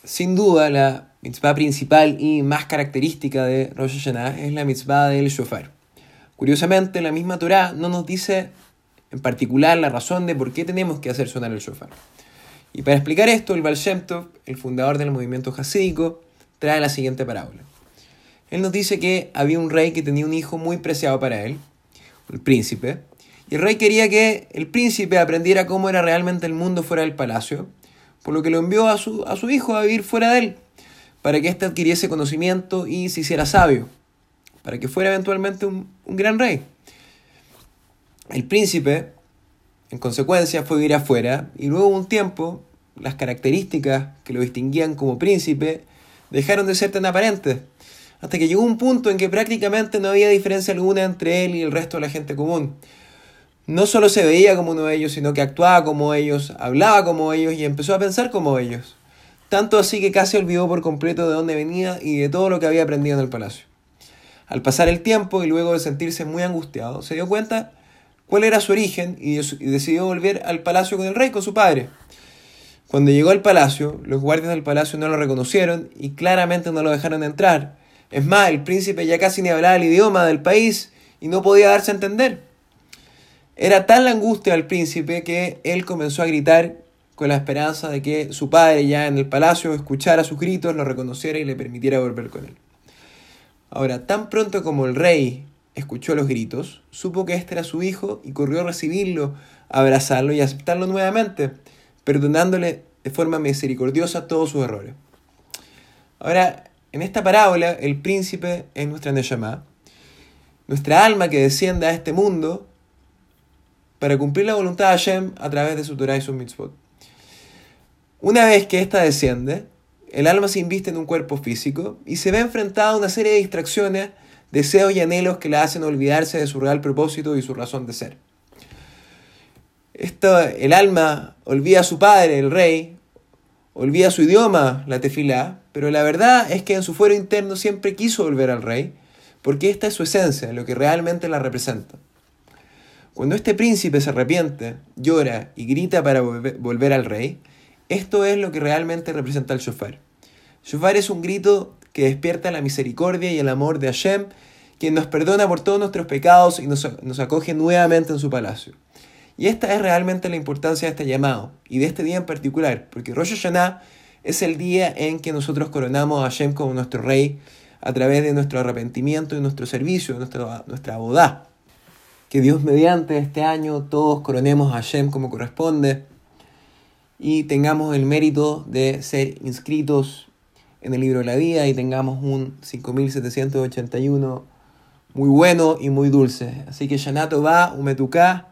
Sin duda, la mitzvah principal y más característica de Rosh Hashanah es la mitzvah del shofar. Curiosamente, la misma Torá no nos dice en particular la razón de por qué tenemos que hacer sonar el shofar. Y para explicar esto, el Baal Shem Tov, el fundador del movimiento hasídico, trae la siguiente parábola. Él nos dice que había un rey que tenía un hijo muy preciado para él, el príncipe, y el rey quería que el príncipe aprendiera cómo era realmente el mundo fuera del palacio, por lo que lo envió a su hijo a vivir fuera de él, para que éste adquiriese conocimiento y se hiciera sabio, para que fuera eventualmente un gran rey. El príncipe, en consecuencia, fue a vivir afuera, y luego de un tiempo, las características que lo distinguían como príncipe dejaron de ser tan aparentes, hasta que llegó un punto en que prácticamente no había diferencia alguna entre él y el resto de la gente común. No solo se veía como uno de ellos, sino que actuaba como ellos, hablaba como ellos y empezó a pensar como ellos. Tanto así que casi olvidó por completo de dónde venía y de todo lo que había aprendido en el palacio. Al pasar el tiempo y luego de sentirse muy angustiado, se dio cuenta cuál era su origen y decidió volver al palacio con el rey, con su padre. Cuando llegó al palacio, los guardias del palacio no lo reconocieron y claramente no lo dejaron entrar. Es más, el príncipe ya casi ni hablaba el idioma del país y no podía darse a entender. Era tal la angustia del príncipe que él comenzó a gritar con la esperanza de que su padre ya en el palacio escuchara sus gritos, lo reconociera y le permitiera volver con él. Ahora, tan pronto como el rey escuchó los gritos, supo que este era su hijo y corrió a recibirlo, a abrazarlo y a aceptarlo nuevamente, perdonándole de forma misericordiosa todos sus errores. Ahora, en esta parábola, el príncipe es nuestra Neshama, nuestra alma que desciende a este mundo para cumplir la voluntad de Hashem a través de su Torah y sus mitzvot. Una vez que ésta desciende, el alma se inviste en un cuerpo físico y se ve enfrentada a una serie de distracciones, deseos y anhelos que la hacen olvidarse de su real propósito y su razón de ser. El alma olvida a su padre, el rey, olvida su idioma, la tefilá, pero la verdad es que en su fuero interno siempre quiso volver al rey, porque esta es su esencia, lo que realmente la representa. Cuando este príncipe se arrepiente, llora y grita para volver al rey, esto es lo que realmente representa el shofar. Shofar es un grito que despierta la misericordia y el amor de Hashem, quien nos perdona por todos nuestros pecados y nos acoge nuevamente en su palacio. Y esta es realmente la importancia de este llamado, y de este día en particular, porque Rosh Hashanah es el día en que nosotros coronamos a Hashem como nuestro rey, a través de nuestro arrepentimiento y nuestro servicio, nuestra bodá. Que Dios mediante este año todos coronemos a Hashem como corresponde y tengamos el mérito de ser inscritos en el libro de la vida y tengamos un 5781 muy bueno y muy dulce. Así que Shana Tová, Umetuká,